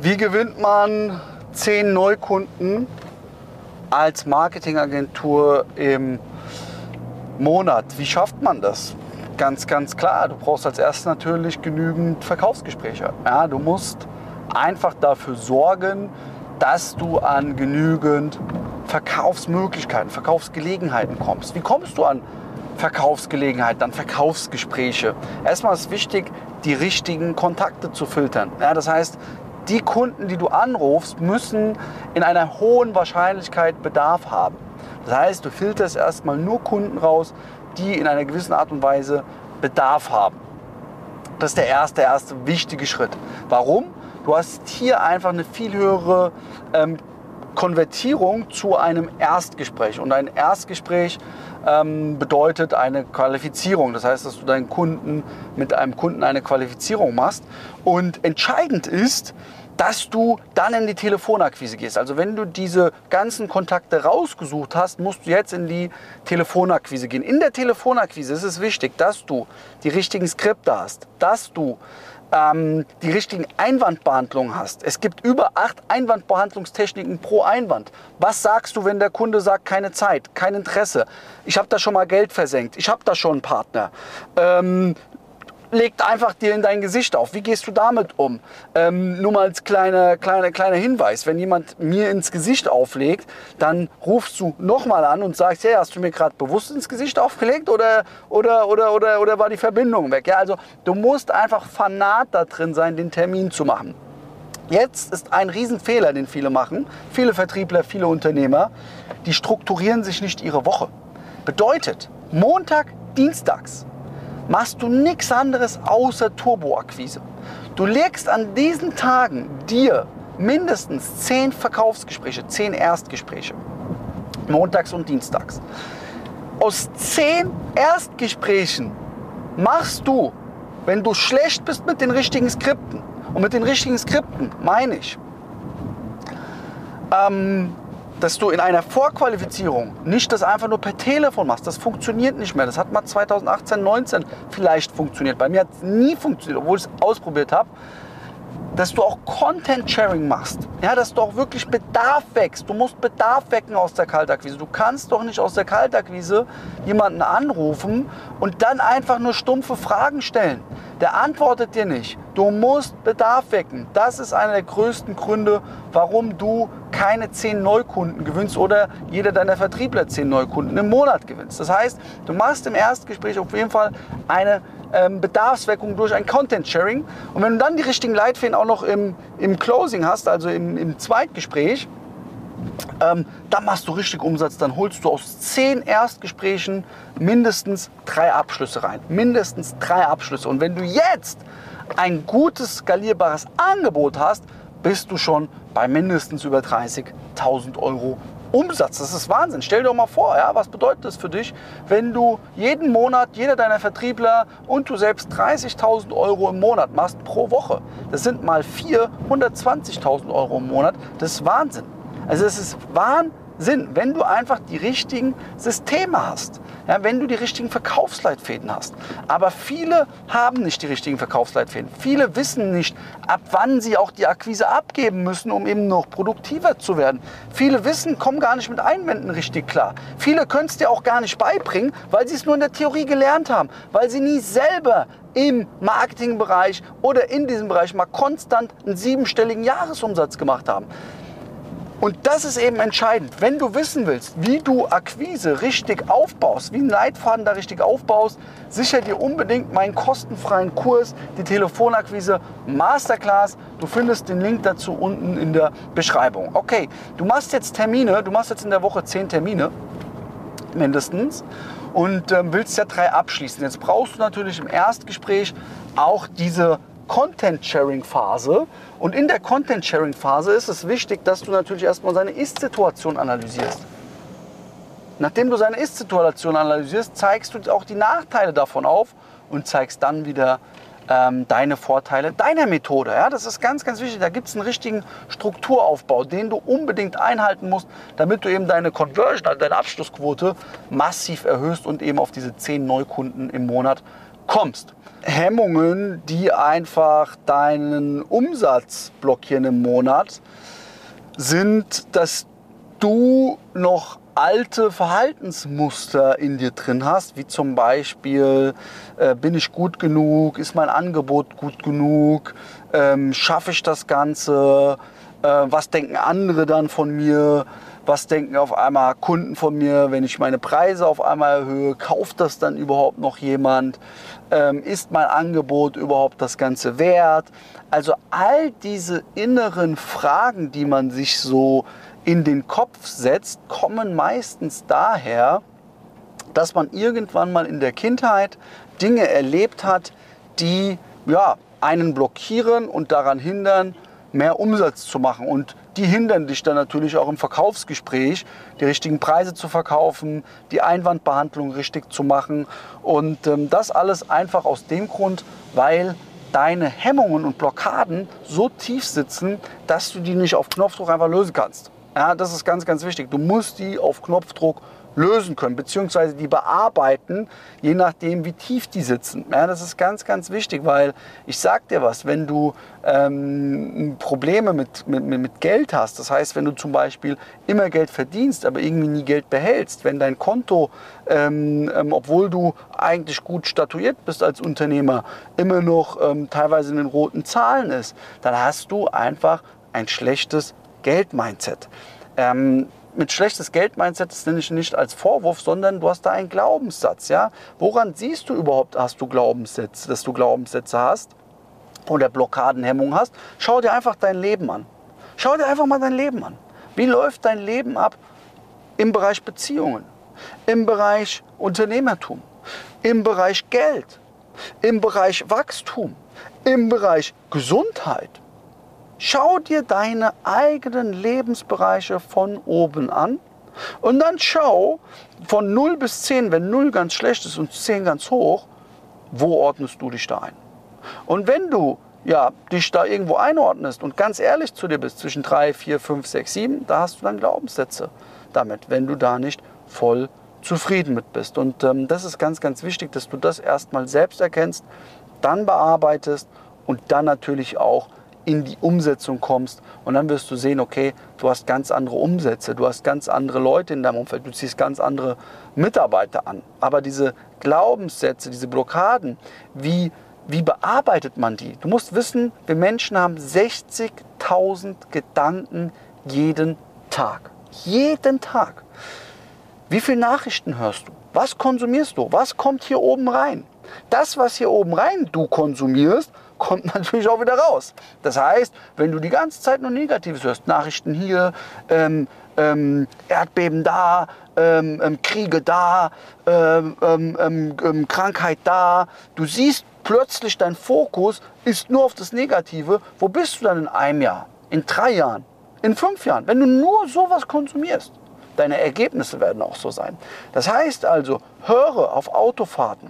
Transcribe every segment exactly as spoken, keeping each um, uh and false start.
Wie gewinnt man zehn Neukunden als Marketingagentur im Monat? Wie schafft man das? Ganz, ganz klar. Du brauchst als erstes natürlich genügend Verkaufsgespräche. Ja, du musst einfach dafür sorgen, dass du an genügend Verkaufsmöglichkeiten, Verkaufsgelegenheiten kommst. Wie kommst du an Verkaufsgelegenheiten, an Verkaufsgespräche? Erstmal ist wichtig, die richtigen Kontakte zu filtern. Ja, das heißt, die Kunden, die du anrufst, müssen in einer hohen Wahrscheinlichkeit Bedarf haben. Das heißt, du filterst erstmal nur Kunden raus, die in einer gewissen Art und Weise Bedarf haben. Das ist der erste, der erste wichtige Schritt. Warum? Du hast hier einfach eine viel höhere ähm, Konvertierung zu einem Erstgespräch. Und ein Erstgespräch ähm, bedeutet eine Qualifizierung. Das heißt, dass du deinen Kunden mit einem Kunden eine Qualifizierung machst. Und entscheidend ist, dass du dann in die Telefonakquise gehst. Also wenn du diese ganzen Kontakte rausgesucht hast, musst du jetzt in die Telefonakquise gehen. In der Telefonakquise ist es wichtig, dass du die richtigen Skripte hast, dass du ähm, die richtigen Einwandbehandlungen hast. Es gibt über acht Einwandbehandlungstechniken pro Einwand. Was sagst du, wenn der Kunde sagt, keine Zeit, kein Interesse, ich habe da schon mal Geld versenkt, ich habe da schon einen Partner. Ähm, legt einfach dir in dein Gesicht auf. Wie gehst du damit um? Ähm, nur mal als kleiner, kleiner, kleiner Hinweis, wenn jemand mir ins Gesicht auflegt, dann rufst du nochmal an und sagst, hey, hast du mir gerade bewusst ins Gesicht aufgelegt oder, oder, oder, oder, oder war die Verbindung weg? Ja, also du musst einfach fanat da drin sein, den Termin zu machen. Jetzt ist ein Riesenfehler, den viele machen, viele Vertriebler, viele Unternehmer, die strukturieren sich nicht ihre Woche. Bedeutet, Montag, Dienstags machst du nichts anderes außer Turboakquise. Du legst an diesen Tagen dir mindestens zehn Verkaufsgespräche, zehn Erstgespräche, montags und dienstags. Aus zehn Erstgesprächen machst du, wenn du schlecht bist mit den richtigen Skripten, und mit den richtigen Skripten meine ich, ähm, dass du in einer Vorqualifizierung nicht das einfach nur per Telefon machst. Das funktioniert nicht mehr. Das hat mal zweitausendachtzehn, neunzehn vielleicht funktioniert. Bei mir hat es nie funktioniert, obwohl ich es ausprobiert habe. Dass du auch Content-Sharing machst. Ja, dass du auch wirklich Bedarf wächst. Du musst Bedarf wecken aus der Kaltakquise. Du kannst doch nicht aus der Kaltakquise jemanden anrufen und dann einfach nur stumpfe Fragen stellen. Der antwortet dir nicht. Du musst Bedarf wecken. Das ist einer der größten Gründe, warum du keine zehn Neukunden gewinnst oder jeder deiner Vertriebler zehn Neukunden im Monat gewinnst. Das heißt, du machst im Erstgespräch auf jeden Fall eine ähm, Bedarfsweckung durch ein Content-Sharing. Und wenn du dann die richtigen Leitfäden auch noch im, im Closing hast, also im, im Zweitgespräch, ähm, dann machst du richtig Umsatz. Dann holst du aus zehn Erstgesprächen mindestens drei Abschlüsse rein. Mindestens drei Abschlüsse. Und wenn du jetzt ein gutes, skalierbares Angebot hast, bist du schon bei mindestens über dreißigtausend Euro Umsatz. Das ist Wahnsinn. Stell dir doch mal vor, ja, was bedeutet das für dich, wenn du jeden Monat, jeder deiner Vertriebler und du selbst dreißigtausend Euro im Monat machst pro Woche. Das sind mal vier, hundertzwanzigtausend Euro im Monat. Das ist Wahnsinn. Also es ist Wahnsinn, wenn du einfach die richtigen Systeme hast, ja, wenn du die richtigen Verkaufsleitfäden hast. Aber viele haben nicht die richtigen Verkaufsleitfäden. Viele wissen nicht, ab wann sie auch die Akquise abgeben müssen, um eben noch produktiver zu werden. Viele wissen, kommen gar nicht mit Einwänden richtig klar. Viele können es dir auch gar nicht beibringen, weil sie es nur in der Theorie gelernt haben, weil sie nie selber im Marketingbereich oder in diesem Bereich mal konstant einen siebenstelligen Jahresumsatz gemacht haben. Und das ist eben entscheidend. Wenn du wissen willst, wie du Akquise richtig aufbaust, wie einen Leitfaden da richtig aufbaust, sicher dir unbedingt meinen kostenfreien Kurs, die Telefonakquise Masterclass. Du findest den Link dazu unten in der Beschreibung. Okay, du machst jetzt Termine, du machst jetzt in der Woche zehn Termine, mindestens, und ähm, willst ja drei abschließen. Jetzt brauchst du natürlich im Erstgespräch auch diese Content-Sharing-Phase. Und in der Content-Sharing-Phase ist es wichtig, dass du natürlich erstmal seine Ist-Situation analysierst. Nachdem du seine Ist-Situation analysierst, zeigst du auch die Nachteile davon auf und zeigst dann wieder ähm, deine Vorteile deiner Methode. Ja, das ist ganz, ganz wichtig. Da gibt es einen richtigen Strukturaufbau, den du unbedingt einhalten musst, damit du eben deine Conversion, also deine Abschlussquote massiv erhöhst und eben auf diese zehn Neukunden im Monat kommst. Hemmungen, die einfach deinen Umsatz blockieren im Monat, sind, dass du noch alte Verhaltensmuster in dir drin hast, wie zum Beispiel, äh, bin ich gut genug, ist mein Angebot gut genug, ähm, schaffe ich das Ganze, äh, was denken andere dann von mir, was denken auf einmal Kunden von mir, wenn ich meine Preise auf einmal erhöhe, kauft das dann überhaupt noch jemand, ähm, ist mein Angebot überhaupt das Ganze wert? Also all diese inneren Fragen, die man sich so in den Kopf setzt, kommen meistens daher, dass man irgendwann mal in der Kindheit Dinge erlebt hat, die ja, einen blockieren und daran hindern, mehr Umsatz zu machen. Und die hindern dich dann natürlich auch im Verkaufsgespräch, die richtigen Preise zu verkaufen, die Einwandbehandlung richtig zu machen. Und ähm, das alles einfach aus dem Grund, weil deine Hemmungen und Blockaden so tief sitzen, dass du die nicht auf Knopfdruck einfach lösen kannst. Ja, das ist ganz, ganz wichtig. Du musst die auf Knopfdruck lösen können, beziehungsweise die bearbeiten, je nachdem, wie tief die sitzen. Ja, das ist ganz, ganz wichtig, weil ich sag dir was, wenn du ähm, Probleme mit, mit, mit Geld hast, das heißt, wenn du zum Beispiel immer Geld verdienst, aber irgendwie nie Geld behältst, wenn dein Konto, ähm, ähm, obwohl du eigentlich gut statuiert bist als Unternehmer, immer noch ähm, teilweise in den roten Zahlen ist, dann hast du einfach ein schlechtes Geld-Mindset. Ähm, mit schlechtes Geld-Mindset, das nenne ich nicht als Vorwurf, sondern du hast da einen Glaubenssatz. Ja? Woran siehst du überhaupt, hast du Glaubenssätze, dass du Glaubenssätze hast oder Blockadenhemmungen hast? Schau dir einfach dein Leben an. Schau dir einfach mal dein Leben an. Wie läuft dein Leben ab im Bereich Beziehungen, im Bereich Unternehmertum, im Bereich Geld, im Bereich Wachstum, im Bereich Gesundheit? Schau dir deine eigenen Lebensbereiche von oben an und dann schau von null bis zehn, wenn null ganz schlecht ist und zehn ganz hoch, wo ordnest du dich da ein? Und wenn du ja, dich da irgendwo einordnest und ganz ehrlich zu dir bist, zwischen drei, vier, fünf, sechs, sieben, da hast du dann Glaubenssätze damit, wenn du da nicht voll zufrieden mit bist. Und ähm, das ist ganz, ganz wichtig, dass du das erstmal selbst erkennst, dann bearbeitest und dann natürlich auch in die Umsetzung kommst und dann wirst du sehen, okay, du hast ganz andere Umsätze, du hast ganz andere Leute in deinem Umfeld, du ziehst ganz andere Mitarbeiter an. Aber diese Glaubenssätze, diese Blockaden, wie, wie bearbeitet man die? Du musst wissen, wir Menschen haben sechzigtausend Gedanken jeden Tag. Jeden Tag. Wie viele Nachrichten hörst du? Was konsumierst du? Was kommt hier oben rein? Das, was hier oben rein du konsumierst, kommt natürlich auch wieder raus. Das heißt, wenn du die ganze Zeit nur Negatives hörst, Nachrichten hier, ähm, ähm, Erdbeben da, ähm, ähm, Kriege da, ähm, ähm, ähm, Krankheit da, du siehst plötzlich, dein Fokus ist nur auf das Negative. Wo bist du dann in einem Jahr, in drei Jahren, in fünf Jahren, wenn du nur sowas konsumierst? Deine Ergebnisse werden auch so sein. Das heißt also, höre auf Autofahrten,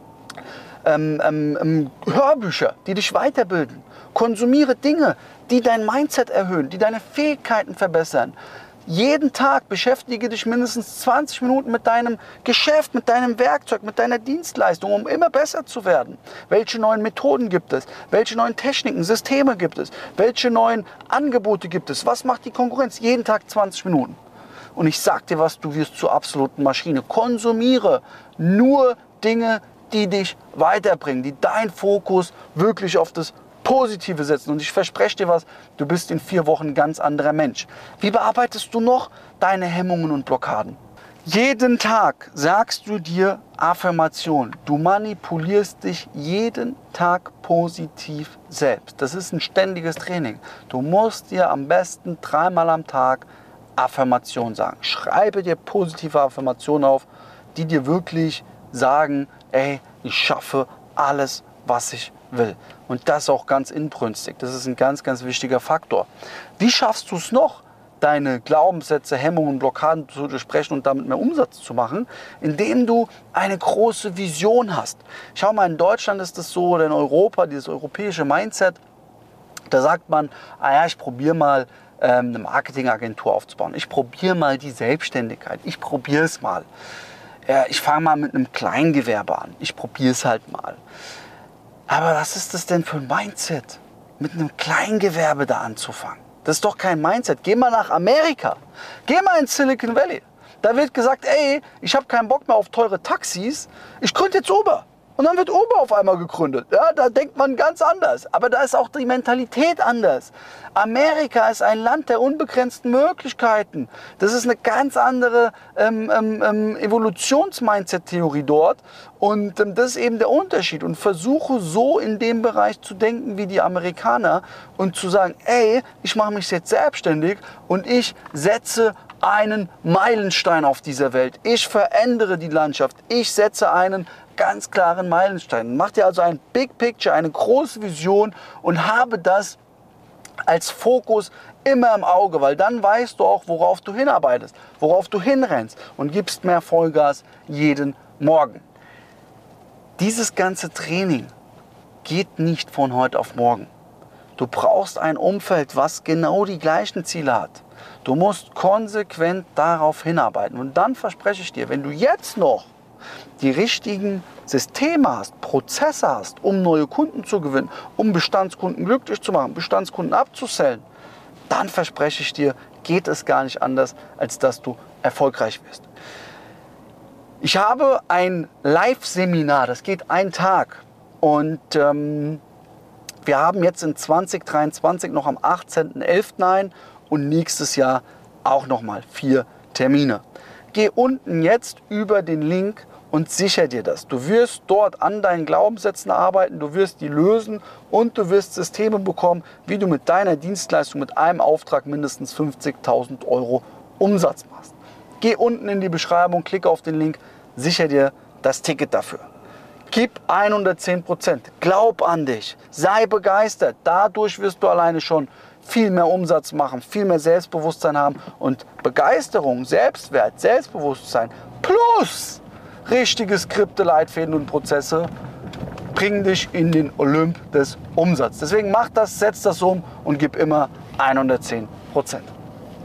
Ähm, ähm, ähm, Hörbücher, die dich weiterbilden. Konsumiere Dinge, die dein Mindset erhöhen, die deine Fähigkeiten verbessern. Jeden Tag beschäftige dich mindestens zwanzig Minuten mit deinem Geschäft, mit deinem Werkzeug, mit deiner Dienstleistung, um immer besser zu werden. Welche neuen Methoden gibt es? Welche neuen Techniken, Systeme gibt es? Welche neuen Angebote gibt es? Was macht die Konkurrenz? Jeden Tag zwanzig Minuten. Und ich sag dir was, du wirst zur absoluten Maschine. Konsumiere nur Dinge, die dich weiterbringen, die deinen Fokus wirklich auf das Positive setzen. Und ich verspreche dir was, du bist in vier Wochen ein ganz anderer Mensch. Wie bearbeitest du noch deine Hemmungen und Blockaden? Jeden Tag sagst du dir Affirmation. Du manipulierst dich jeden Tag positiv selbst. Das ist ein ständiges Training. Du musst dir am besten dreimal am Tag Affirmation sagen. Schreibe dir positive Affirmationen auf, die dir wirklich sagen, ey, ich schaffe alles, was ich will. Und das auch ganz inbrünstig. Das ist ein ganz, ganz wichtiger Faktor. Wie schaffst du es noch, deine Glaubenssätze, Hemmungen, Blockaden zu durchbrechen und damit mehr Umsatz zu machen? Indem du eine große Vision hast. Schau mal, in Deutschland ist es so, oder in Europa, dieses europäische Mindset, da sagt man, ah ja, ich probiere mal ähm, eine Marketingagentur aufzubauen. Ich probiere mal die Selbstständigkeit. Ich probiere es mal. ja, ich fange mal mit einem Kleingewerbe an. Ich probiere es halt mal. Aber was ist das denn für ein Mindset, mit einem Kleingewerbe da anzufangen? Das ist doch kein Mindset. Geh mal nach Amerika. Geh mal ins Silicon Valley. Da wird gesagt, ey, ich habe keinen Bock mehr auf teure Taxis. Ich gründe jetzt Uber. Und dann wird Uber auf einmal gegründet. Ja, da denkt man ganz anders. Aber da ist auch die Mentalität anders. Amerika ist ein Land der unbegrenzten Möglichkeiten. Das ist eine ganz andere ähm, ähm, Evolutions-Mindset-Theorie dort. Und ähm, das ist eben der Unterschied. Und versuche so in dem Bereich zu denken wie die Amerikaner und zu sagen, ey, ich mache mich jetzt selbstständig und ich setze einen Meilenstein auf dieser Welt. Ich verändere die Landschaft. Ich setze einen ganz klaren Meilenstein. Mach dir also ein Big Picture, eine große Vision und habe das als Fokus immer im Auge, weil dann weißt du auch, worauf du hinarbeitest, worauf du hinrennst und gibst mehr Vollgas jeden Morgen. Dieses ganze Training geht nicht von heute auf morgen. Du brauchst ein Umfeld, was genau die gleichen Ziele hat. Du musst konsequent darauf hinarbeiten. Und dann verspreche ich dir, wenn du jetzt noch die richtigen Systeme hast, Prozesse hast, um neue Kunden zu gewinnen, um Bestandskunden glücklich zu machen, Bestandskunden abzusellen, dann verspreche ich dir, geht es gar nicht anders, als dass du erfolgreich wirst. Ich habe ein Live-Seminar, das geht einen Tag. Und ähm, wir haben jetzt in zwanzig dreiundzwanzig noch am achtzehnten elften ein und nächstes Jahr auch nochmal vier Termine. Geh unten jetzt über den Link und sicher dir das. Du wirst dort an deinen Glaubenssätzen arbeiten, du wirst die lösen und du wirst Systeme bekommen, wie du mit deiner Dienstleistung, mit einem Auftrag mindestens fünfzigtausend Euro Umsatz machst. Geh unten in die Beschreibung, klicke auf den Link, sicher dir das Ticket dafür. Gib hundertzehn Prozent, glaub an dich, sei begeistert. Dadurch wirst du alleine schon viel mehr Umsatz machen, viel mehr Selbstbewusstsein haben und Begeisterung, Selbstwert, Selbstbewusstsein plus richtige Skripte, Leitfäden und Prozesse bringen dich in den Olymp des Umsatzes. Deswegen mach das, setz das um und gib immer hundertzehn Prozent.